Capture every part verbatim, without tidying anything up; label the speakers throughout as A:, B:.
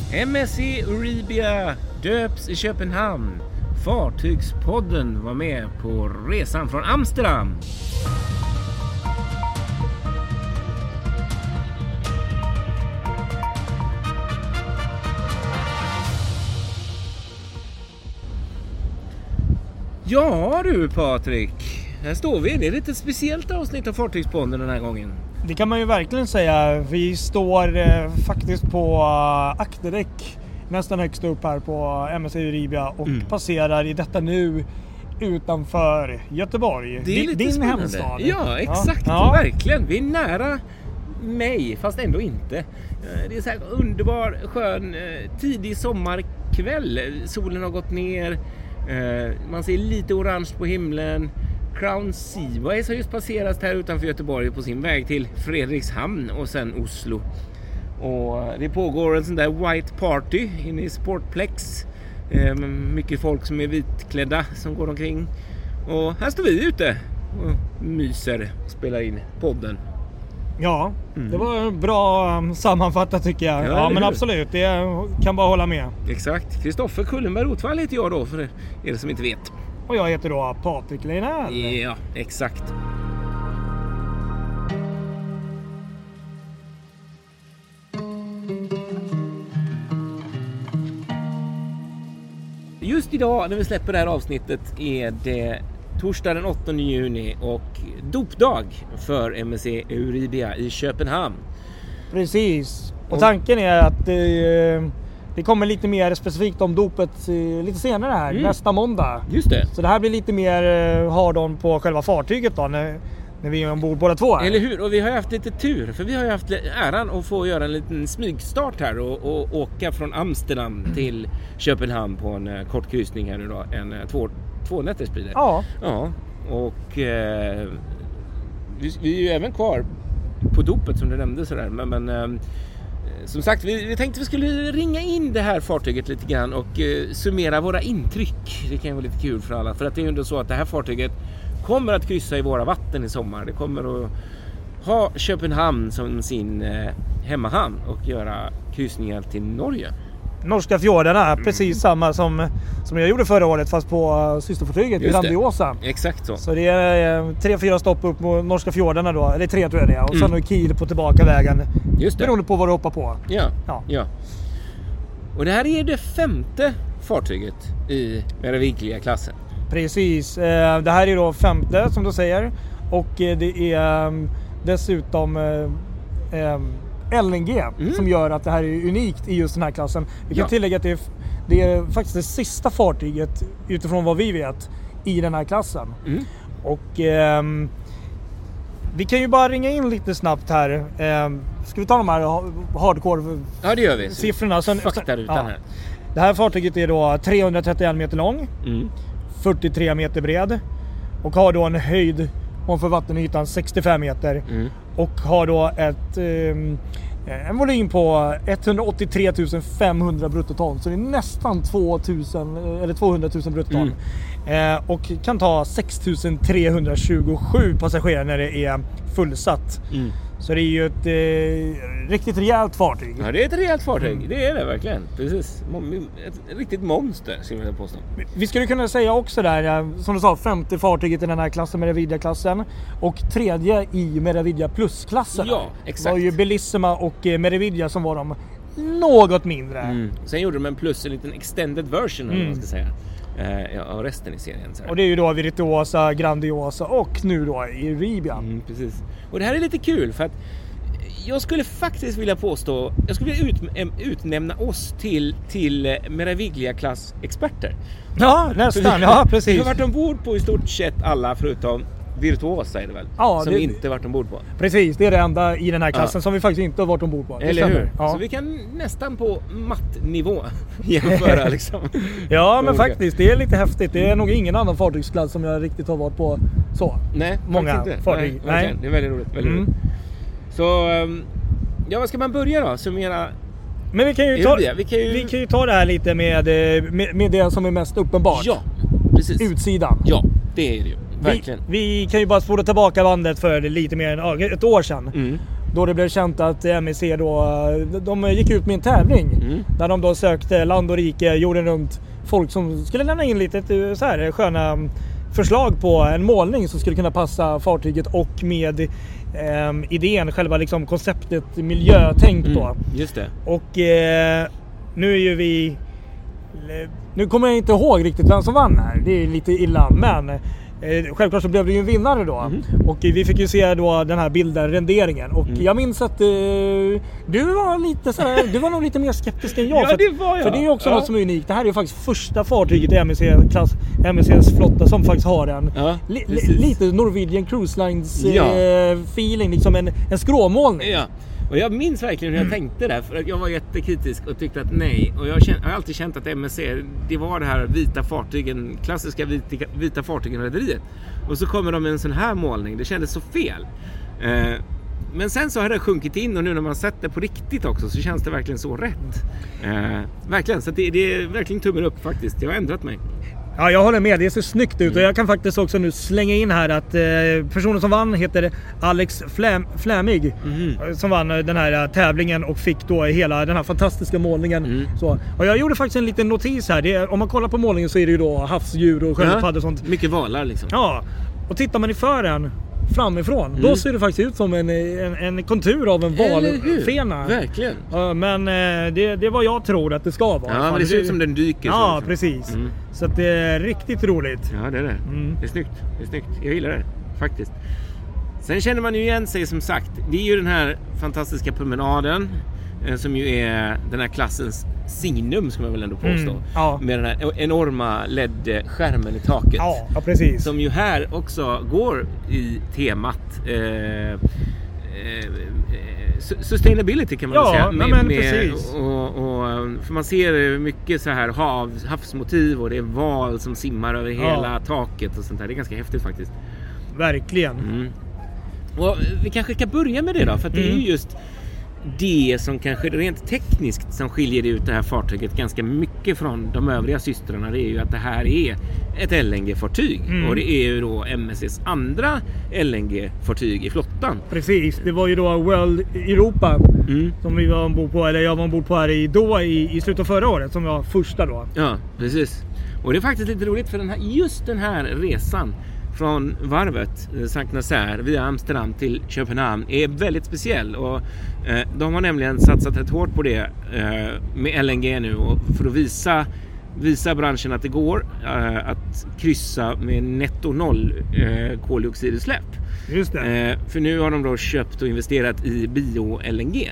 A: M S C Euribia döps i Köpenhamn. Fartygspodden var med på resan från Amsterdam. Ja du Patrik, här står vi. Det är lite speciellt avsnitt av Fartygspodden den här gången.
B: Det kan man ju verkligen säga. Vi står eh, faktiskt på uh, akterdäck nästan högst upp här på M S C Euribia och mm. passerar i detta nu utanför Göteborg.
A: Det är lite
B: din
A: spännande.
B: Hemstad.
A: Ja, exakt.
B: Ja.
A: Verkligen. Vi är nära mig, fast ändå inte. Det är så här underbar, skön, tidig sommarkväll. Solen har gått ner. Man ser lite orange på himlen. Crown Seaways har just passerat här utanför Göteborg på sin väg till Fredrikshamn och sen Oslo. Och det pågår en sån där white party inne i Sportplex. Mycket folk som är vitklädda som går omkring. Och här står vi ute och myser och spelar in podden.
B: Ja, mm. det var bra sammanfattat tycker jag. Ja, ja men absolut, det kan bara hålla med.
A: Exakt. Kristoffer Kullenberg-Rotvall heter jag då, för er som inte vet.
B: Och jag heter då Patrik Leinell.
A: Ja, exakt. Just idag när vi släpper det här avsnittet är det torsdag den åttonde juni och dopdag för M S C Euribia i Köpenhamn.
B: Precis. Och tanken är att det, det kommer lite mer specifikt om dopet lite senare här, mm. nästa måndag.
A: Just det.
B: Så det här blir lite mer hard-on på själva fartyget då, när, när vi är ombord båda två här.
A: Eller hur? Och vi har haft lite tur, för vi har ju haft äran att få göra en liten smygstart här och, och åka från Amsterdam till Köpenhamn på en uh, kort kryssning här nu då, en uh, två, två nätter blir det.
B: Ja.
A: Ja, och uh, vi, vi är ju även kvar på dopet som du nämnde sådär, men, men uh, som sagt, vi, vi tänkte vi skulle ringa in det här fartyget lite grann och uh, summera våra intryck. Det kan ju vara lite kul för alla, för att det är ju ändå så att det här fartyget kommer att kryssa i våra vatten i sommar. Det kommer att ha Köpenhamn som sin eh, hemmahamn och göra kryssningar till Norge.
B: Norska fjordarna, mm. precis samma som, som jag gjorde förra året, fast på uh, systerfartyget i Grandiosa.
A: Exakt så.
B: Så det är eh, tre, fyra stopp upp på norska fjordarna då, eller tre tror jag det är. Och
A: mm.
B: sen är Kiel på tillbaka vägen.
A: Just det.
B: Beroende på vad du hoppar på.
A: Ja, ja. ja. Och det här är det femte fartyget i Meraviglia-klassen.
B: Precis, det här är då femte som du säger, och det är dessutom L N G mm. som gör att det här är unikt i just den här klassen. Vi kan ja. tillägga att det är, det är faktiskt det sista fartyget utifrån vad vi vet i den här klassen. Mm. Och eh, vi kan ju bara ringa in lite snabbt här. Eh, ska vi ta de här hardcore
A: ja, det gör vi.
B: siffrorna? Sen,
A: fakta utan ja. här.
B: Det här fartyget är då trehundratrettioen meter lång. Mm. fyrtiotre meter bred och har då en höjd ovanför vattenytan sextiofem meter mm. och har då ett eh, en volym på etthundraåttiotre tusen femhundra bruttoton, så det är nästan tvåtusen eller tvåhundratusen bruttoton mm. eh, och kan ta sex tusen trehundratjugosju passagerare när det är fullsatt. Mm. Så det är ju ett eh, riktigt rejält fartyg.
A: Ja, det är ett rejält fartyg. Mm. Det är det verkligen. Precis. Ett riktigt monster, skulle jag påstå.
B: Vi skulle kunna säga också där, som du sa, femte fartyget i den här klassen, Meraviglia-klassen. Och tredje i Meraviglia Plus-klassen.
A: Ja, exakt.
B: Det var ju Bellissima och Meraviglia som var de något mindre. Mm.
A: Sen gjorde de en plus, en liten extended version, mm. om man ska säga. Ja, och resten i serien. Så
B: och det är ju då Virtuosa, Grandiosa och nu då Euribia.
A: Mm, precis. Och det här är lite kul för att jag skulle faktiskt vilja påstå, jag skulle vilja ut, utnämna oss till, till Meraviglia-klass-experter.
B: Ja, nästan. Ja, precis.
A: Vi har varit ombord på i stort sett alla förutom Virtuosa är det väl? Ja, som det, vi inte varit ombord på.
B: Precis, det är det enda i den här klassen ja. som vi faktiskt inte har varit ombord på.
A: Eller hur? Ja. Så vi kan nästan på mattnivå jämföra liksom.
B: Ja, men faktiskt, det är lite häftigt. Det är nog ingen annan fartygsklass som jag riktigt har varit på så.
A: Nej,
B: många
A: inte.
B: fartyg.
A: Nej, Nej. Det är väldigt roligt. Väldigt mm. roligt. Så, ja, vad ska man börja då? Summera.
B: Men vi kan ju ta, vi kan ju... vi kan ju ta det här lite med, med, med det som är mest uppenbart.
A: Ja, precis.
B: Utsidan.
A: Ja, det är det ju. Verkligen.
B: Vi, vi kan ju bara spola tillbaka bandet för lite mer än ett år sedan. Mm. då det blev känt att M E C då, de gick ut med en tävling mm. där de då sökte land och rike, jorden runt, folk som skulle lämna in lite så här sköna förslag på en målning som skulle kunna passa fartyget och med eh, idén, själva liksom konceptet miljötänk då.
A: Mm, just det.
B: Och eh, nu är ju vi, nu kommer jag inte ihåg riktigt vem som vann här, det är lite illa, men Eh, självklart så blev det ju en vinnare då. Mm. Och vi fick ju se då den här bilden, renderingen. Och mm. jag minns att eh, du var lite sådär, du var nog lite mer skeptisk än jag.
A: Ja,
B: för,
A: det var jag.
B: För det är ju också
A: ja.
B: något som är unikt. Det här är ju faktiskt första fartyget i M E C-klass, M E C:s flotta som faktiskt har en
A: ja,
B: li, li, lite Norwegian Cruise Lines ja. eh, feeling, liksom en, en skråmålning.
A: Ja. Och jag minns verkligen hur jag tänkte där, för att jag var jättekritisk och tyckte att nej. Och jag, känt, jag har alltid känt att M S C, det var det här vita fartygen, klassiska vita, vita fartygen-rederiet. Och så kommer de med en sån här målning, det kändes så fel. Eh, men sen så har det sjunkit in, och nu när man sett det på riktigt också så känns det verkligen så rätt. Eh, verkligen, så det, det är verkligen tummen upp faktiskt, jag har ändrat mig.
B: Ja, jag håller med. Det ser snyggt ut. Och jag kan faktiskt också nu slänga in här att eh, personen som vann heter Alex Flam- Flamig mm. som vann den här tävlingen och fick då hela den här fantastiska målningen. Mm. Så. Och jag gjorde faktiskt en liten notis här. Det är, om man kollar på målningen så är det ju då havsdjur och sköldpaddor och sånt.
A: Mycket valar liksom.
B: Ja, och tittar man i fören framifrån, mm. då ser det faktiskt ut som en, en, en kontur av en valfena.
A: Verkligen.
B: Uh, men uh, det, det är vad jag tror att det ska vara.
A: Ja, men det ser ut som den dyker.
B: Ja,
A: så,
B: precis.
A: Mm.
B: Så att det är riktigt roligt.
A: Ja, det är det. Mm. Det är snyggt. Det är snyggt. Jag gillar det, faktiskt. Sen känner man ju igen sig, som sagt. Det är ju den här fantastiska promenaden eh, som ju är den här klassens signum, ska man väl ändå påstå. Mm, ja. Med den här enorma L E D-skärmen i taket.
B: Ja, ja, precis.
A: Som ju här också går i temat eh, eh, sustainability, kan man
B: ja,
A: säga. Med,
B: men
A: med,
B: precis.
A: Och, och, för man ser mycket så här hav, havsmotiv, och det är val som simmar över hela ja. taket och sånt där. Det är ganska häftigt faktiskt.
B: Verkligen.
A: Mm. Och vi kanske ska börja med det då, för att mm. det är ju just det som kanske rent tekniskt som skiljer ut det här fartyget ganska mycket från de övriga systrarna. Det är ju att det här är ett L N G-fartyg. Mm. Och det är ju då M S C:s andra L N G-fartyg i flottan.
B: Precis, det var ju då World Europa mm. som vi var ombord på, eller jag var ombord på här i, då, i, i slutet av förra året, som var första då.
A: Ja, precis. Och det är faktiskt lite roligt, för den här, just den här resan från varvet Sankt Nazaire via Amsterdam till Köpenhamn är väldigt speciell, och eh, de har nämligen satsat rätt hårt på det eh, med L N G nu, och för att visa visa branschen att det går eh, att kryssa med netto noll eh, koldioxidutsläpp.
B: Just det.
A: Eh, för nu har de då köpt och investerat i bio-L N G.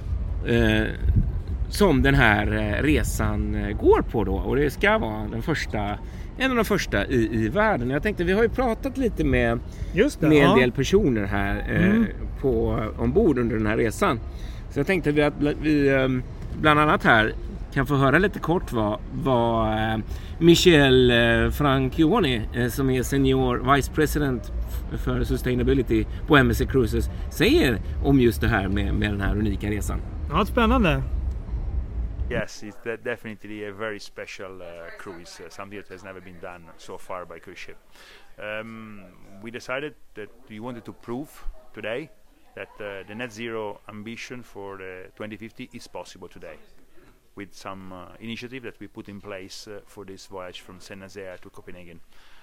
A: Eh, som den här eh, resan eh, går på då, och det ska vara den första en av de första i, i världen. Jag tänkte, vi har ju pratat lite med,
B: Just det,
A: med
B: ja.
A: en del personer här eh, mm. på, ombord under den här resan. Så jag tänkte att vi, vi eh, bland annat här kan få höra lite kort vad, vad eh, Michel eh, Franchioni, eh, som är senior vice president f- för sustainability på M S C Cruises, säger om just det här med, med den här unika resan.
B: Ja, spännande.
C: Yes, it's de- definitely a very special uh, cruise, uh, something that has never been done so far by cruise ship. Um, we decided that we wanted to prove today that uh, the net zero ambition for the twenty fifty is possible today, with some uh, initiative that we put in place uh, for this voyage from Saint Nazaire to Copenhagen.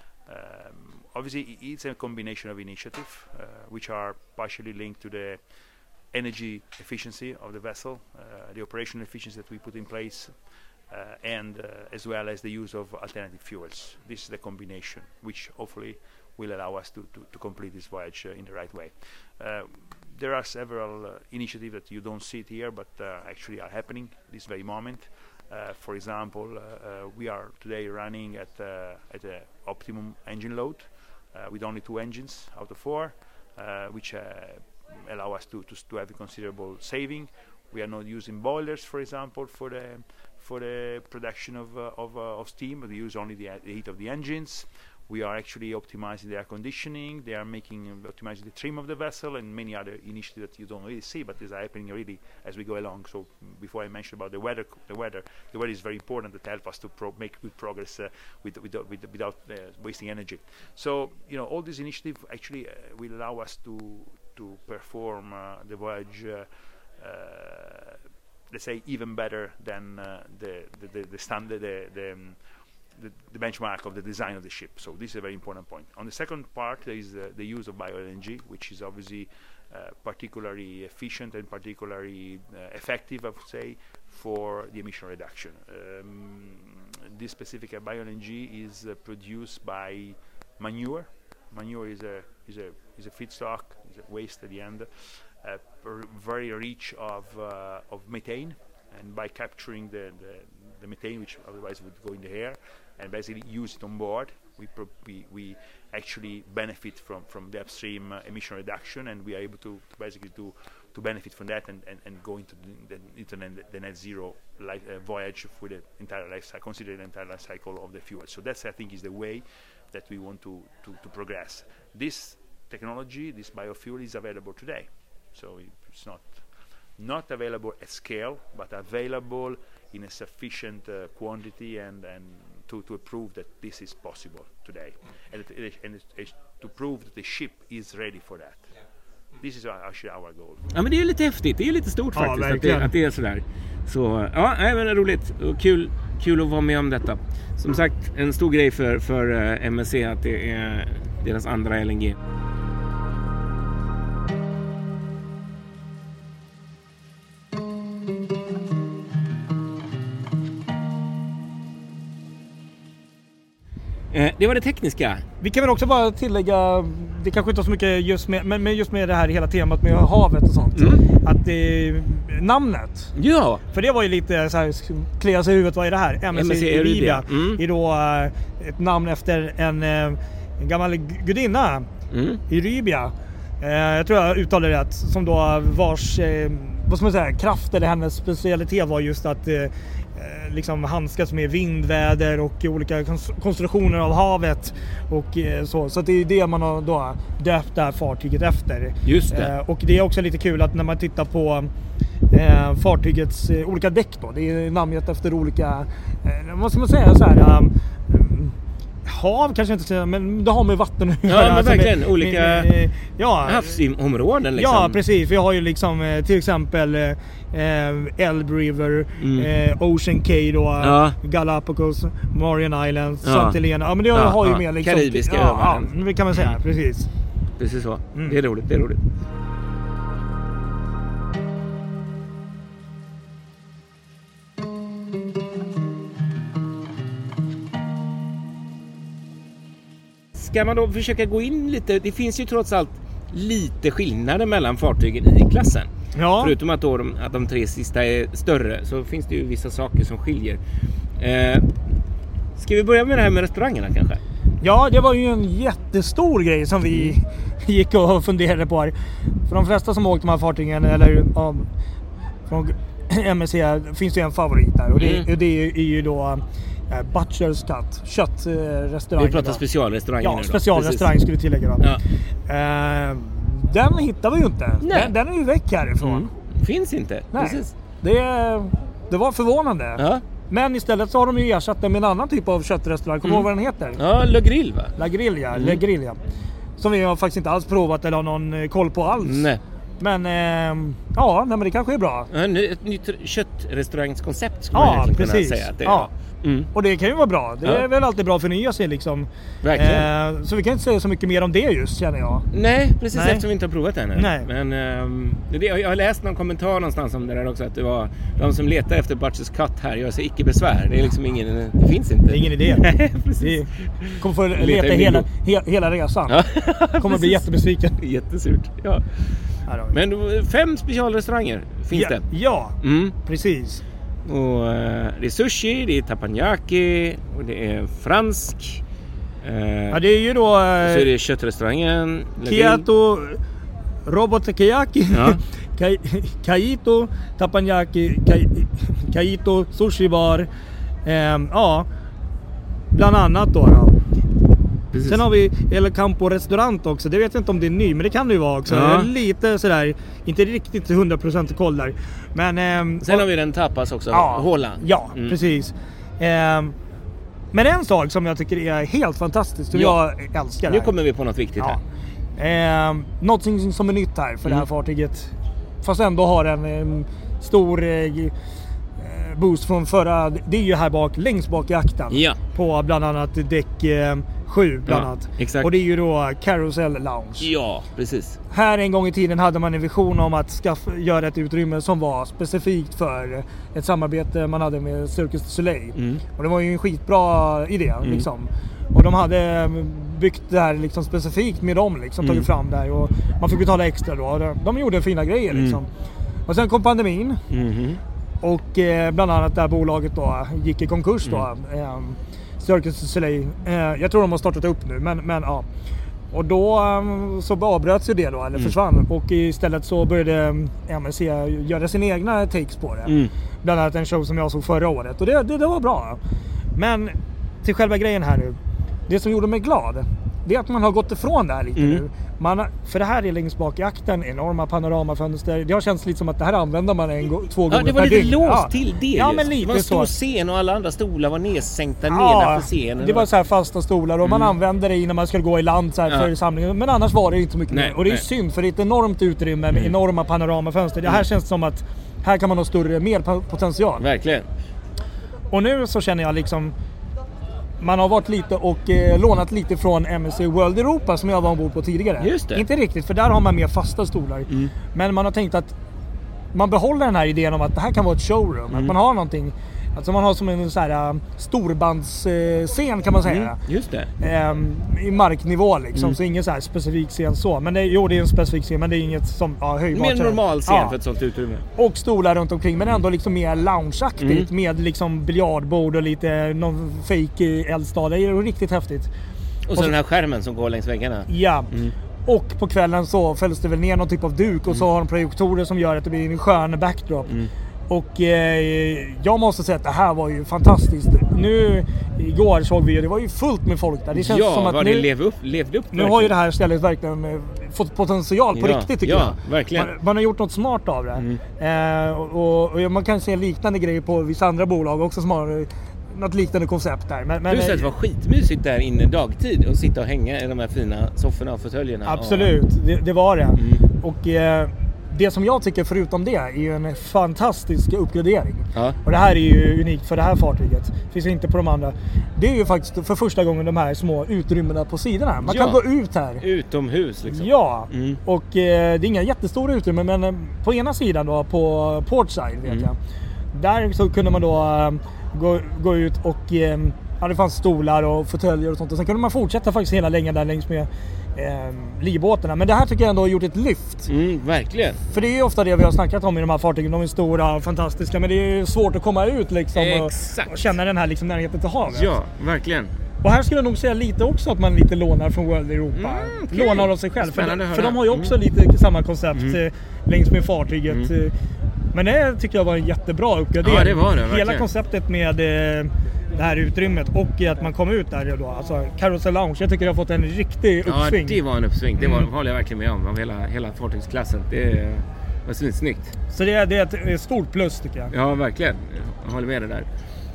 C: Um, obviously, it's a combination of initiatives uh, which are partially linked to the energy efficiency of the vessel, uh, the operational efficiency that we put in place, uh, and uh, as well as the use of alternative fuels. This is the combination which hopefully will allow us to, to, to complete this voyage uh, in the right way. Uh, there are several uh, initiatives that you don't see it here, but uh, actually are happening this very moment. Uh, for example, uh, uh, we are today running at uh, at a optimum engine load uh, with only two engines out of four, uh, which uh, allow us to, to to have a considerable saving. We are not using boilers, for example, for the for the production of uh, of, uh, of steam. We use only the, uh, the heat of the engines. We are actually optimizing the air conditioning. They are making uh, optimizing the trim of the vessel, and many other initiatives that you don't really see, but these are happening really as we go along. So mm, before I mentioned about the weather, the weather, the weather is very important to help us to pro- make good progress uh, with, with, with, without uh, wasting energy. So you know, all these initiatives actually uh, will allow us to to perform uh, the voyage, uh, uh, let's say, even better than uh, the, the, the the standard, the the, um, the the benchmark of the design of the ship. So this is a very important point. On the second part, there is uh, the use of bio-L N G, which is obviously uh, particularly efficient and particularly uh, effective, I would say, for the emission reduction. Um, this specific uh, bio-L N G is uh, produced by manure. Manure is a is a is a feedstock, is a waste at the end, uh, very rich of uh, of methane, and by capturing the, the the methane, which otherwise would go in the air, and basically use it on board, we pro we, we actually benefit from from the upstream uh, emission reduction, and we are able to, to basically to to benefit from that and, and, and go into the, the, into the, the net zero life, uh, voyage for the entire life cycle, consider the entire life cycle of the fuel. So that's, I think, is the way that we want to, to, to progress. This technology, this biofuel, is available today. So it's not not available at scale, but available in a sufficient uh, quantity and, and to, to prove that this is possible today. And, it, and it, it, to prove that the ship is ready for that. This is actually our goal.
A: Ja, men det är lite häftigt. Det är lite stort faktiskt,
B: ja,
A: att, det, att det är sådär. Så ja, även är roligt och kul, kul att vara med om detta. Som sagt, en stor grej för, för uh, M S C att det är deras andra L N G. Det var det tekniska.
B: Vi kan väl också bara tillägga, det kanske inte har så mycket just med, men just med det här hela temat med havet och sånt. Mm. Att det, namnet.
A: Ja.
B: För det var ju lite så här, klia sig i huvudet, vad är det här? M S C Eurybia. Mm. Är då uh, ett namn efter en, uh, en gammal gudinna. Mm. Eurybia. Uh, jag tror jag uttalade det rätt. Som då vars, uh, vad ska man säga, kraft eller hennes specialitet var just att uh, liksom handskas med vindväder och olika konstruktioner av havet och så. Så det är det man har då döpt det här fartyget efter.
A: Just det.
B: Eh, och det är också lite kul att när man tittar på eh, fartygets eh, olika däck då, det är namnet efter olika, eh, vad ska man säga, så här, um, hav kanske inte säga, men det har med vatten att
A: göra. Ja, men verkligen.
B: Med,
A: olika
B: med, med, ja,
A: havsområden liksom.
B: Ja, precis. Vi har ju liksom till exempel eh, Elbe River, mm. eh, Ocean Cay då, ja. Galapagos, Marian Islands, ja. Saint Helena. Ja, men det ja, har ju ja. med liksom...
A: Karibiska
B: ja, ja, det kan man säga, mm. precis.
A: Precis så. Mm. Det är roligt, det är roligt. Ska man då försöka gå in lite, det finns ju trots allt lite skillnader mellan fartygen i klassen. Ja. Förutom att, då de, att de tre sista är större, så finns det ju vissa saker som skiljer. Eh, ska vi börja med det här med restaurangerna kanske?
B: Ja, det var ju en jättestor grej som vi mm. gick och funderade på här. För de flesta som åkt de här fartygen, eller ja, från M S C, finns det en favorit där. Och det, mm. det är ju då Uh, Butcher's Cut, köttrestaurang.
A: Vi pratar specialrestaurang.
B: Ja, specialrestaurang skulle vi tillägga då. Ja. Uh, den hittar vi ju inte. Den, den är ju väck härifrån. Mm.
A: Finns inte.
B: Nej. Precis. Det, det var förvånande. Ja. Men istället så har de ju ersatt den med en annan typ av köttrestaurang. Kommer du mm. ihåg vad den heter?
A: Ja, La Grill va?
B: La Grill, ja. Mm. La Grill, ja. Som vi har faktiskt inte alls provat eller har någon koll på alls.
A: Nej.
B: Men eh, ja, nej, men det kanske är bra.
A: Ja, ett nytt köttrestaurangskoncept skulle
B: ja,
A: man
B: precis.
A: kunna säga att det är.
B: Ja. Mm. Och det kan ju vara bra. Det ja. är väl alltid bra att förnya sig liksom.
A: Verkligen.
B: Eh, så vi kan inte säga så mycket mer om det just, känner jag.
A: Nej, precis, nej. Eftersom vi inte har provat det ännu.
B: Nej.
A: Men um, det, jag har läst någon kommentar någonstans om det där också, att det var de som letar efter Butcher's Cut här gör sig icke besvär. Det är liksom ingen, det finns inte.
B: Det är ingen idé. Nej, precis. Vi kommer få leta, leta hela, he, hela resan. Ja. Kommer bli jättebesviken.
A: Jättesurt, ja. Men fem specialrestauranger finns
B: ja,
A: det.
B: Ja, mm. precis.
A: Och uh, det är sushi, det är teppanyaki och det är fransk. Uh,
B: ja, det är ju då... Uh,
A: så är det köttrestaurangen.
B: Kyoto Robot Takoyaki. Ja. Kaito teppanyaki, Kaito sushi bar. Um, ja, bland annat då. då. Precis. Sen har vi El Campo restaurant också. Det vet jag inte om det är ny, men det kan det ju vara också. Ja. Lite sådär, inte riktigt hundra procent koll där. Men, ehm,
A: sen har vi den tapas också,
B: ja,
A: Håland.
B: Ja, mm. precis. Ehm, men en sak som jag tycker är helt fantastiskt, och ja. jag älskar det
A: Nu
B: här.
A: kommer vi på något viktigt
B: ja. Eh, någonting som är nytt här för mm. det här fartyget. Fast ändå har en, en stor eh, boost från förra. Det är ju här bak, längst bak i akten.
A: Ja.
B: På bland annat däck eh, sju bland
A: ja,
B: annat.
A: Exakt.
B: Och det är ju då Carousel Lounge.
A: Ja, precis.
B: Här en gång i tiden hade man en vision om att skaffa, göra ett utrymme som var specifikt för ett samarbete man hade med Cirque du Soleil. Mm. Och det var ju en skitbra idé mm. liksom. Och de hade byggt det här liksom specifikt med dem liksom, tagit mm. fram där och man fick betala extra då. De, de gjorde fina grejer liksom. Mm. Och sen kom pandemin. Mm. Och eh, bland annat det här bolaget då gick i konkurs då. Mm. Eh, Cirque du Soleil. Eh, jag tror de har startat upp nu, men, men ja. Och då um, så avbröts ju det då, eller mm. försvann. Och istället så började M S C göra sina egna takes på det. Mm. Bland annat en show som jag såg förra året. Och det, det, det var bra. Men till själva grejen här nu. Det som gjorde mig glad, det är att man har gått ifrån det här lite mm. nu. Man, för det här är längst bak i akten, enorma panoramafönster. Det har känts lite som att det här använder man en, två gånger per dygn.
A: Ja, det var lite dygn. låst ja. till det
B: ja, men lite
A: det var en stor
B: så.
A: scen och alla andra stolar var nedsänkta
B: ja,
A: nedanför scenen.
B: Det var så här fasta stolar och mm. man använde det innan man skulle gå i land så här ja. för samlingen. Men annars var det inte så mycket nej, mer. Och det är nej. synd för det är ett enormt utrymme med mm. enorma panoramafönster. Det här mm. känns som att här kan man ha större, mer potential.
A: Verkligen.
B: Och nu så känner jag liksom man har varit lite och eh, lånat lite från M S C World Europa som jag var ombord på tidigare.
A: Just det.
B: Inte riktigt, för där har man mer fasta stolar. Mm. Men man har tänkt att man behåller den här idén om att det här kan vara ett showroom. Mm. Att man har någonting, alltså man har som en så här uh, storbandsscen kan man säga.
A: Mm. Just det.
B: Um, I marknivå liksom, mm. så ingen så här specifik scen så. Men det, jo, det är en specifik scen, men det är inget som ja, höjbart.
A: Mer normal scen ja. för ett sånt utrymme.
B: Och stolar runt omkring, men ändå liksom mer loungeaktigt mm. med liksom biljardbord och lite någon fake eldstad. Det är riktigt häftigt.
A: Och så, och så den här skärmen som går längs väggarna.
B: Ja. Mm. Och på kvällen så fälls det väl ner någon typ av duk och mm. så har de projektorer som gör att det blir en skön backdrop. Mm. Och eh, jag måste säga att det här var ju fantastiskt. Nu, igår såg vi, det var ju fullt med folk där. Det känns
A: ja,
B: som att
A: vad
B: nu,
A: det lev upp, levde upp.
B: Nu verkligen. Har ju det här stället verkligen eh, fått potential på
A: ja,
B: riktigt tycker
A: ja,
B: jag.
A: Verkligen.
B: Man, man har gjort något smart av det. Mm. Eh, och, och man kan se liknande grejer på vissa andra bolag också som har något liknande koncept där. Men, men,
A: Plus att det var skitmysigt där inne dagtid och sitta och hänga i de här fina sofforna och fåtöljerna.
B: Absolut,
A: och...
B: det, det var det.
A: Mm.
B: Och eh, det som jag tycker förutom det är ju en fantastisk uppgradering.
A: Ja.
B: Och det här är ju unikt för det här fartyget. Finns inte på de andra. Det är ju faktiskt för första gången de här små utrymmena på sidorna. Man ja. kan gå ut här.
A: Utomhus liksom.
B: Ja, mm. och eh, det är inga jättestora utrymmen, men eh, på ena sidan då, på portside vet mm. jag. Där så kunde man då eh, gå, gå ut och eh, ja, det fanns stolar och fåtöljer och sånt. Och sen kunde man fortsätta faktiskt hela längen där längs med eh, livbåtarna. Men det här tycker jag ändå har gjort ett lyft.
A: Mm, verkligen.
B: För det är ju ofta det vi har snackat om i de här fartygen. De är stora och fantastiska, men det är svårt att komma ut liksom och, och känna den här liksom närheten till havet.
A: Ja, verkligen.
B: Och här skulle jag nog säga lite också att man lite lånar från World Europa. Mm, okay. Lånar av sig själv. För, för de har ju också mm. lite samma koncept mm. längs med fartyget. Mm. Men det tycker jag var en jättebra uppgradering.
A: Ja, det var det, verkligen.
B: Hela konceptet med det här utrymmet och att man kom ut där då. Alltså Carousel Lounge, jag tycker jag har fått en riktig uppsving.
A: Ja, det var en uppsving. Det var,
B: mm.
A: håller jag verkligen med om. Av hela, hela fartygsklassen. Det var snyggt.
B: Så det är, det är ett stort plus tycker jag.
A: Ja, verkligen. Jag håller med dig där.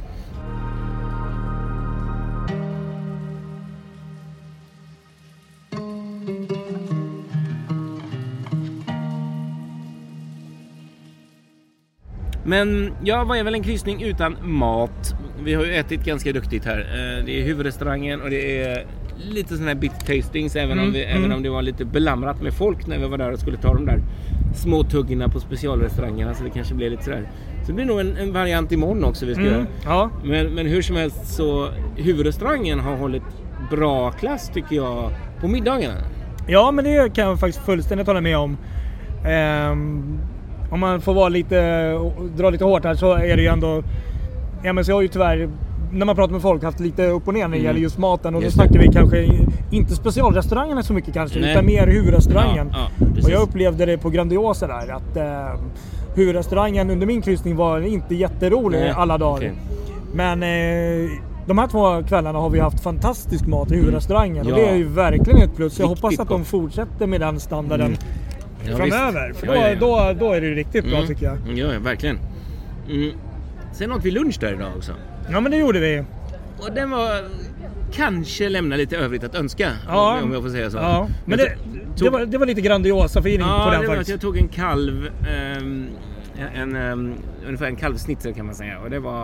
A: Men ja, vad är väl en kryssning utan mat? Vi har ju ätit ganska duktigt här. Det är huvudrestaurangen och det är lite sån här bit tastings även, mm, om vi, mm. även om det var lite belamrat med folk när vi var där och skulle ta de där små tuggorna på specialrestaurangerna, så det kanske blir lite sådär. Så det blir nog en, en variant imorgon också vi ska
B: mm,
A: göra.
B: Ja.
A: Men, men hur som helst så huvudrestaurangen har hållit bra klass tycker jag på middagarna.
B: Ja, men det kan jag faktiskt fullständigt hålla med om. Um... Om man får vara lite, dra lite hårt här så är det ju ändå, ja men så jag har ju tyvärr, när man pratar med folk, haft lite upp och ner när det gäller just maten och just då snackar det. Vi kanske inte specialrestaurangerna så mycket kanske, nej. Utan mer huvudrestaurangen. Ja, ja, och jag upplevde det på Grandiosa där, att eh, huvudrestaurangen under min kryssning var inte jätterolig nej. alla dagar. Okay. Men eh, de här två kvällarna har vi haft fantastisk mat i huvudrestaurangen mm. ja. Och det är ju verkligen ett plus. Jag riktigt hoppas att de fortsätter med den standarden. Mm. Ja, framöver, för då, ja, ja, ja. Då, då är det riktigt bra mm. tycker jag.
A: Ja, verkligen. Mm. Sen åt vi lunch där idag också.
B: Ja, men det gjorde vi.
A: Och den var kanske lämnar lite övrigt att önska,
B: ja.
A: om jag får säga så.
B: Ja. Men det, tog... det, var, det var lite grandiosa feeling
A: ja,
B: på den
A: det var
B: faktiskt.
A: Jag tog en kalv, um, en, um, ungefär en kalvsnitzel kan man säga, och det var...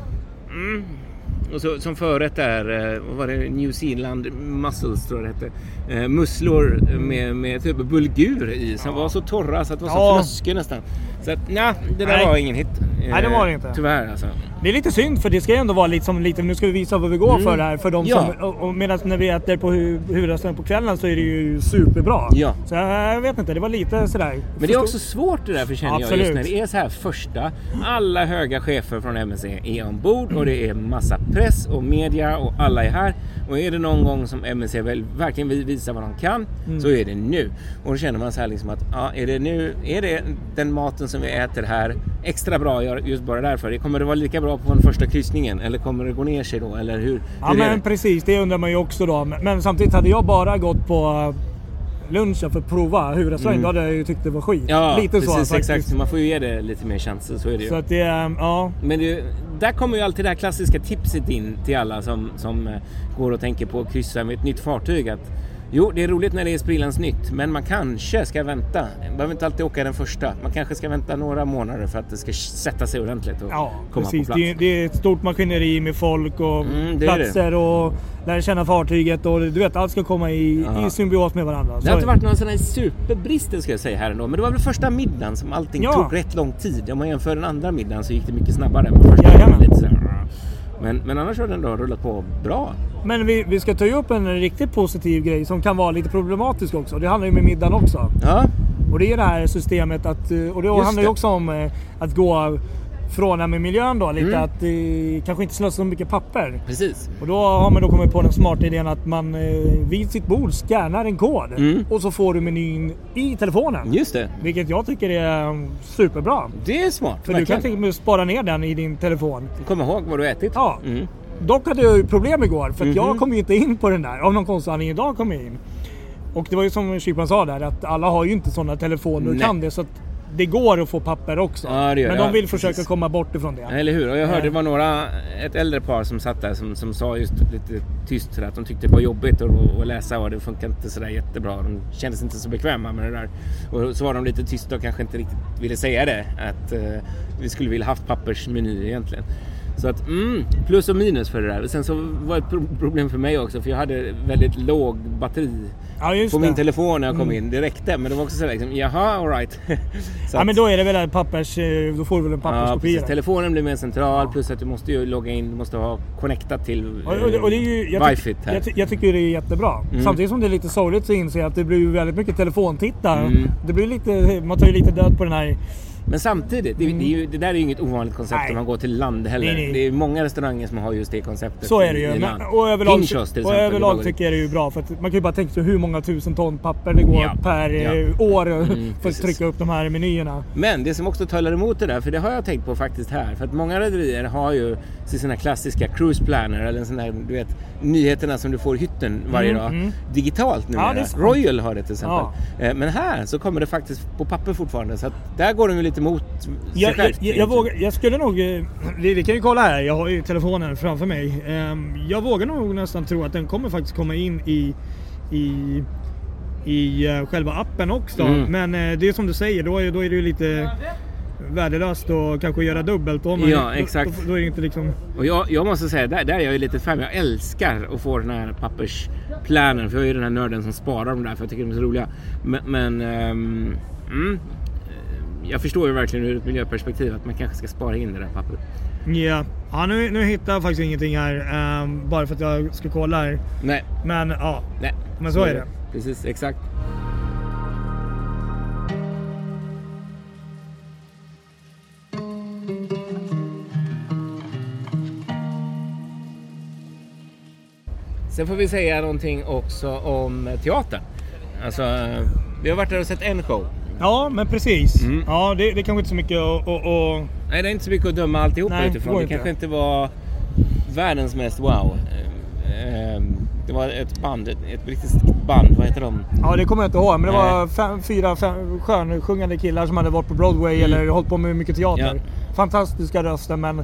A: Mm, och så, som förrätt där, vad var det, New Zealand mussels tror jag det hette. Eh, musslor med, med typ bulgur i som ja. var så torra så att det var
B: ja.
A: så flöske nästan. Så att nej, det där
B: nej.
A: var ingen hit. Eh,
B: nej, det var det inte.
A: Tyvärr alltså.
B: Det är lite synd för det ska ju ändå vara lite som lite, nu ska vi visa vad vi går mm. för här för de
A: ja.
B: som, och, och medan när vi äter på hu, huvudrestaurangen på kvällen så är det ju superbra.
A: Ja.
B: Så jag vet inte, det var lite sådär.
A: Men det är också svårt det där för känner jag just när det är så här första, alla höga chefer från M S C är ombord och det är massa press och media och alla är här. Och är det någon gång som M S C väl verkligen vill visa vad de kan mm. så är det nu. Och då känner man så här liksom att ja, är det nu, är det den maten som vi äter här extra bra just bara därför? Kommer det vara lika bra på den första kryssningen eller kommer det gå ner sig då? Eller hur?
B: Ja
A: hur
B: men precis, det undrar man ju också då. Men samtidigt hade jag bara gått på lunchen för att prova huvudrestaurang, mm. då hade jag ju tyckt det var skit.
A: Ja,
B: lite
A: precis,
B: så
A: exakt. Man får ju ge det lite mer chanser, så är det ju.
B: Så att det, ja.
A: Men det, där kommer ju alltid det här klassiska tipset in till alla som, som går och tänker på att kryssa med ett nytt fartyg. Att, jo, det är roligt när det är sprillans nytt, men man kanske ska vänta. Man behöver inte alltid åka den första. Man kanske ska vänta några månader för att det ska sätta sig ordentligt och
B: ja,
A: komma
B: precis.
A: på plats.
B: Det, det är ett stort maskineri med folk och mm, platser och lära känna fartyget och du vet, allt ska komma i, i symbios med varandra.
A: Det har inte varit någon sån här superbrister ska jag säga här ändå, men det var väl första middagen som allting
B: ja.
A: tog rätt lång tid. Om man jämför den andra middagen så gick det mycket snabbare. Men, första
B: ja,
A: lite så här. Men, men annars har den då rullat på bra.
B: Men vi, vi ska ta upp en riktigt positiv grej som kan vara lite problematisk också. Det handlar ju med middagen också.
A: Ja.
B: Och det är det här systemet att, och det Just handlar ju också om att gå från det med miljön då, lite mm. att eh, kanske inte slösa så mycket papper.
A: Precis.
B: Och då har man då kommit på den smarta idén att man eh, vid sitt bord scannar en kod mm. och så får du menyn i telefonen.
A: Just det.
B: Vilket jag tycker är superbra.
A: Det är smart.
B: För verkligen. Du kan tänka spara ner den i din telefon.
A: Kom ihåg vad du ätit.
B: Ja. Mm. Dock hade jag ju problem igår för att mm-hmm. jag kom ju inte in på den där. Av någon konstig anledning idag kom jag in. Och det var ju som Kypan sa där att alla har ju inte sådana telefoner och kan det, så att det går att få papper också.
A: Ja, det gör,
B: men de vill
A: ja,
B: försöka
A: precis.
B: komma bort ifrån det.
A: Eller hur? Och jag hörde det var några, ett äldre par som satt där som, som sa just lite tyst för att de tyckte det var jobbigt att, att läsa och det funkar inte sådär jättebra. De kändes inte så bekväma med det där. Och så var de lite tysta och kanske inte riktigt ville säga det. Att uh, vi skulle vilja haft pappersmeny egentligen. Så att mm, plus och minus för det där. Sen så var det ett problem för mig också, för jag hade väldigt låg batteri
B: ja, just
A: på
B: det.
A: min telefon när jag kom
B: mm.
A: in. Det räckte, men det var också så liksom, jaha, all right.
B: Så ja, att, men då är det väl en pappers, då får du väl en papperskopia.
A: Ja, telefonen blir mer central, ja. Plus att du måste ju logga in, du måste ha connectat till
B: och, och, och det är ju, jag,
A: Wi-Fi här.
B: Jag, jag tycker det är jättebra. Mm. Samtidigt som det är lite sorgligt så inser jag att det blir ju väldigt mycket telefontittare. Mm. Det blir lite, man tar ju lite död på den här.
A: Men samtidigt, det, det, är ju, det där är ju inget ovanligt koncept nej. Om man går till land heller. Nej, nej. Det är många restauranger som har just det konceptet.
B: Så är det ju.
A: I, i
B: men, och överlag,
A: Pinchos,
B: och överlag tycker jag det är ju bra. För att man kan ju bara tänka sig hur många tusen ton papper det går ja. per ja. år mm, för att trycka upp de här menyerna.
A: Men det som också talar emot det där, för det har jag tänkt på faktiskt här. För att många rederier har ju sina klassiska cruise planner eller en sån där, du vet, nyheterna som du får i hytten varje mm, dag. Mm. Digitalt numera. Ja, Royal har det till exempel. Ja. Men här så kommer det faktiskt på papper fortfarande. Så att där går de ju lite emot
B: jag, jag, jag, jag, vågar, jag skulle nog, vi, vi kan ju kolla här, jag har ju telefonen framför mig. Jag vågar nog nästan tro att den kommer faktiskt komma in i i, i själva appen också. Mm. Men det är som du säger, då är, då är det ju lite värdelöst och kanske göra dubbelt. Om
A: ja,
B: man,
A: exakt.
B: Då, då är det inte liksom...
A: Och jag, jag måste säga, där, där är jag ju lite fan. Jag älskar att få den här pappersplanen, för jag är ju den här nörden som sparar dem där, för jag tycker de är så roliga. Men, men um, mm, jag förstår ju verkligen ur ett miljöperspektiv att man kanske ska spara in det där pappret.
B: Ja, ja nu, nu hittar jag faktiskt ingenting här um, bara för att jag ska kolla här.
A: Nej.
B: Men ja,
A: Nej.
B: men så, så är det. det.
A: Precis, exakt. Sen får vi säga någonting också om teatern. Alltså, vi har varit där och sett en show.
B: Ja, men precis. Mm. Ja, det, det kanske inte så mycket att... Och, och...
A: Nej, det är inte så mycket att döma alltihopa Nej, utifrån. Det, det kanske inte var världens mest wow. Det var ett band, ett brittiskt band, vad heter de?
B: Ja, det kommer jag inte ihåg, men det Nej. var fem, fyra fem skönsjungande killar som hade varit på Broadway mm. eller hållit på med mycket teater. Ja. Fantastiska röster, men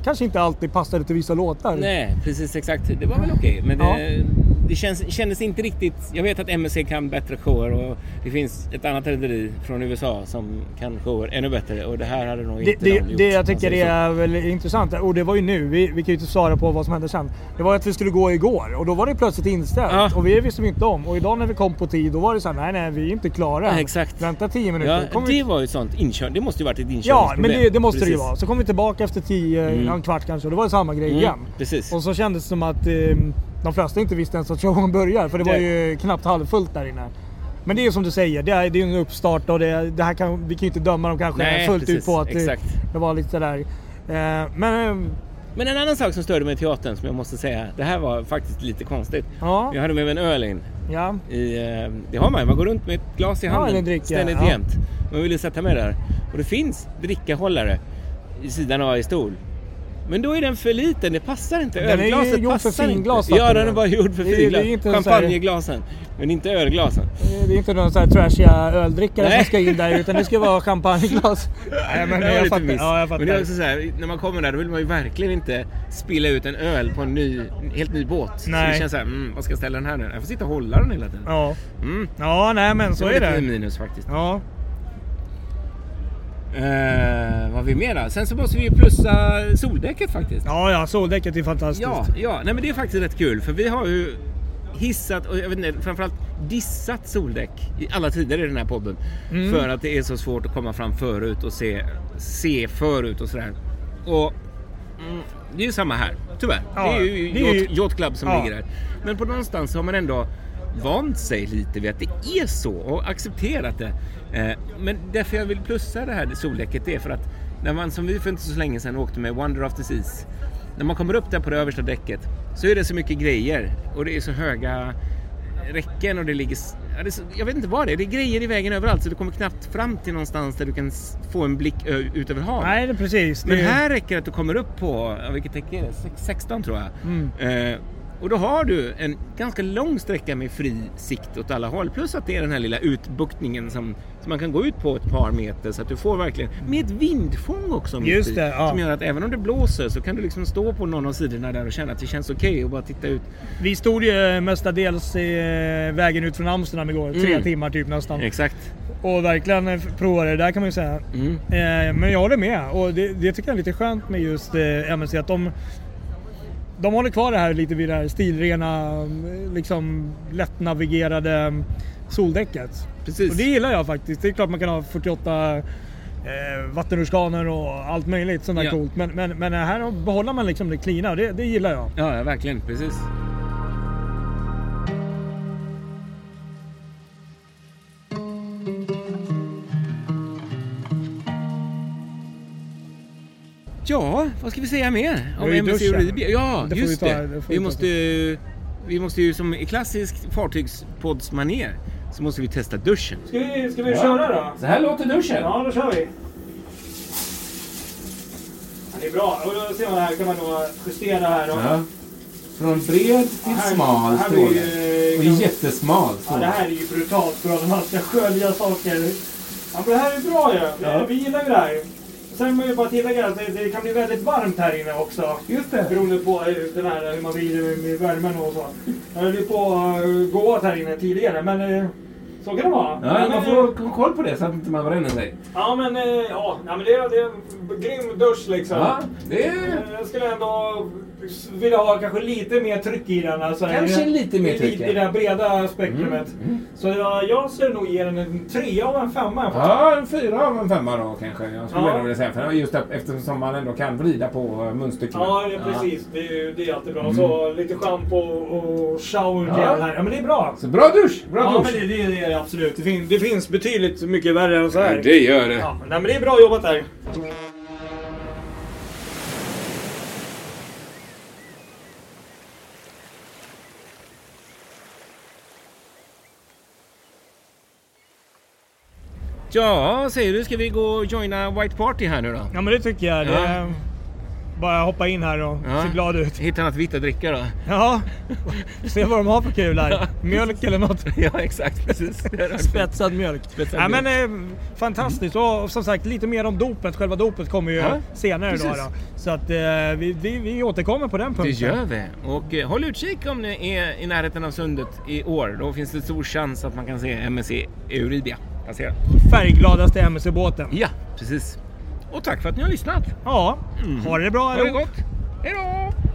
B: kanske inte alltid passade till vissa låtar.
A: Nej, precis exakt. Det var väl okej. Men
B: Ja.
A: det, det känns, kändes inte riktigt... Jag vet att M S C kan bättre shower och det finns ett annat rederi från U S A som kan shower ännu bättre. Och det här hade nog
B: Det,
A: inte
B: det,
A: de gjort.
B: det jag tycker
A: Alltså,
B: det är väl intressant, och det var ju nu, vi, vi kan ju inte svara på vad som hände sen. Det var att vi skulle gå igår och då var det plötsligt inställt
A: Ja.
B: och vi visste inte om. Och idag när vi kom på tid, då var det så här: nej nej, vi är inte klara.
A: Ja, exakt.
B: Vänta tio minuter.
A: Ja,
B: Kommer
A: det
B: vi...
A: var ju ett sånt inkör. Det måste ju varit ett
B: Ja,
A: inkörningsproblem.
B: men det, det måste
A: Precis.
B: det ju vara. Så kom vi tillbaka efter tio,
A: Mm.
B: en kvart kanske, och då var det samma grej
A: Mm,
B: igen.
A: precis.
B: Och så kändes det som att eh, de flesta inte visste ens att showen börjar, för det var
A: Det-
B: ju knappt halvfullt där inne. Men det är ju som du säger, det är, det är en uppstart och det, det här kan, vi kan ju inte döma dem kanske
A: Nej,
B: fullt
A: precis.
B: ut på att det,
A: Exakt.
B: det var lite sådär. Eh, men eh,
A: Men en annan sak som störde mig i teatern som jag måste säga, det här var faktiskt lite konstigt.
B: ja,
A: Jag hade med mig en öl in.
B: ja.
A: I, eh, det har man, man går runt med ett glas i
B: Ja,
A: handen
B: eller dricka,
A: ständigt
B: ja.
A: jämt. Man ville sätta mig där. Och det finns drickahållare i sidan av varje stol. Men då är den för liten, det passar inte.
B: Den är ju
A: Ölglaset
B: gjord för
A: passar
B: finglas,
A: inte. Ja,
B: fattar
A: den
B: du?
A: är bara gjord för
B: Det är- det är
A: finglas.
B: inte en så här-
A: Champagneglasen, men inte ölglasen.
B: Det är inte någon sån här trashiga öldrickare
A: Nej.
B: som ska in där, utan det ska vara champagneglas. Nej, men
A: Det var
B: jag
A: lite
B: fattar.
A: miss.
B: Ja, jag fattar.
A: Men det är också så här, när man kommer där då vill man ju verkligen inte spilla ut en öl på en ny, en helt ny båt. Så
B: Nej.
A: det känns så här, mm, vad ska jag ställa den här nu? Jag får sitta och hålla den hela tiden.
B: Ja.
A: Mm.
B: Ja, nej men så
A: Så
B: är
A: lite
B: det.
A: minus faktiskt.
B: Ja.
A: Eh, vad har vi mer då? Sen så måste vi ju plussa soldäcket faktiskt.
B: Ja, ja, soldäcket är fantastiskt.
A: Ja, ja. Nej, men det är faktiskt rätt kul för vi har ju hissat och jag vet inte, framförallt dissat soldäck i alla tider i den här podden.
B: Mm.
A: För att det är så svårt att komma fram förut och se, se förut och sådär. Och mm, det är ju samma här, tyvärr.
B: Ja,
A: det är ju
B: det är ju-
A: Yacht, Yacht Club som
B: ja.
A: ligger där. Men på någonstans har man ändå vant sig lite vid att det är så och accepterat det. Eh, men därför jag vill plussa det här soldäcket, det är för att när man, som vi för inte så länge sedan åkte med Wonder of the Seas, när man kommer upp där på det översta däcket så är det så mycket grejer och det är så höga räcken och det ligger, ja, det är så, jag vet inte vad det är, det är grejer i vägen överallt så du kommer knappt fram till någonstans där du kan s- få en blick ö, ut över havet.
B: Nej, det är precis. Det
A: Men
B: är-
A: här räcker det att du kommer upp på, ja, vilket däck är det? Sex- sexton tror jag.
B: Mm.
A: Eh, och då har du en ganska lång sträcka med fri sikt åt alla håll. Plus att det är den här lilla utbuktningen som, som man kan gå ut på ett par meter så att du får verkligen, med ett vindfång också mitt
B: Just
A: i,
B: det, ja.
A: som gör att även om det blåser så kan du liksom stå på någon av sidorna där och känna att det känns okej och bara titta ut.
B: Vi stod ju mestadels i eh, vägen ut från Amsterdam igår, tre
A: Mm.
B: timmar typ nästan.
A: Exakt.
B: Och verkligen eh, provade det där kan man ju säga.
A: Mm.
B: Eh, men jag håller med och det, det tycker jag är lite skönt med just eh, M S C att de de håller kvar det här lite vid det här stilrena, eh, liksom lättnavigerade soldäcket.
A: Precis.
B: Och det gillar jag faktiskt. Det är klart man kan ha fyrtioåtta eh, vattenrutschkanor och allt möjligt sånt där
A: Ja.
B: coolt. Men, men, men här behåller man liksom det cleana och det, det gillar jag.
A: Ja, ja, verkligen. Precis. Ja, vad ska vi säga mer om
B: Det är ju
A: M S C
B: duschen.
A: Euribia? Ja,
B: Det får vi
A: just
B: ta-
A: det.
B: det får
A: Vi
B: vi ta
A: måste, vi måste ju som i klassisk fartygspoddsmanér så måste vi testa duschen.
B: Ska vi, ska vi köra då?
A: Så här låter duschen.
B: Ja, då kör vi. Ja, det är bra. Och då ser man här kan man då justera här. Och,
A: Ja. Från bred till
B: här-
A: smal
B: här blir
A: stråle.
B: ju-
A: Och jättesmal
B: Ja, det
A: stråle.
B: här är ju brutalt bra när man ska skölja saker. Ja, men det här är bra ju. Ja. Vi gillar ju det här. Sen vill jag bara tillägga att det, det kan bli väldigt varmt här inne också.
A: Just det.
B: Beroende på eh, den här, hur man vrider med, med värmen och så. Jag höll ju på att uh, gå åt här inne tidigare, men eh, så kan det vara.
A: Ja,
B: men,
A: man
B: eh,
A: får ha koll på det så att inte man bränner sig.
B: Ja, men, eh, ja, nej, men det, är- det är en grym dusch liksom.
A: Ja, det
B: Eh,
A: är...
B: Jag skulle ändå vilja ha kanske lite mer tryck i den. Alltså,
A: Kanske
B: i,
A: lite mer
B: i,
A: tryck,
B: I det här breda spektrumet.
A: Mm, mm.
B: Så jag, jag skulle nog ge den en trea av en femma.
A: Ja, en fyra av en femma då kanske. Jag skulle
B: Ja.
A: gärna vilja säga. För just eftersom man ändå kan vrida på munstyckena.
B: Ja, ja, precis. Det är, ju- det är alltid bra.
A: Mm.
B: Så lite schampo och shower gel
A: Ja.
B: här. Ja, men det är bra.
A: Så bra dusch! Bra
B: Ja,
A: dusch!
B: men det, det, det är det absolut. Det, fin, det finns betydligt mycket värre än så här.
A: Ja, det gör det.
B: Ja, nej, men det är bra jobbat där.
A: Ja, säger du, ska vi gå och joina White Party här nu då?
B: Ja, men det tycker jag. Det,
A: Ja.
B: bara hoppa in här och
A: ja.
B: se glad ut.
A: Hitta något vitt att dricka då.
B: Ja, se vad de har för kul här. Mjölk eller något.
A: Ja, exakt. Precis.
B: Spetsad mjölk.
A: Spetsad
B: ja,
A: mjölk.
B: Men eh, fantastiskt. Mm. Och som sagt, lite mer om dopet. Själva dopet kommer ju ja, senare då, då. Så att eh, vi, vi, vi återkommer på den punkten.
A: Det gör vi. Och eh, håll utkik om ni är i närheten av sundet i år. Då finns det stor chans att man kan se M S C Euribia passera.
B: Färggladaste M S C-båten.
A: Ja, precis. Och tack för att ni har lyssnat.
B: Ja, mm. ha det bra.
A: Ha det gott. Hej då!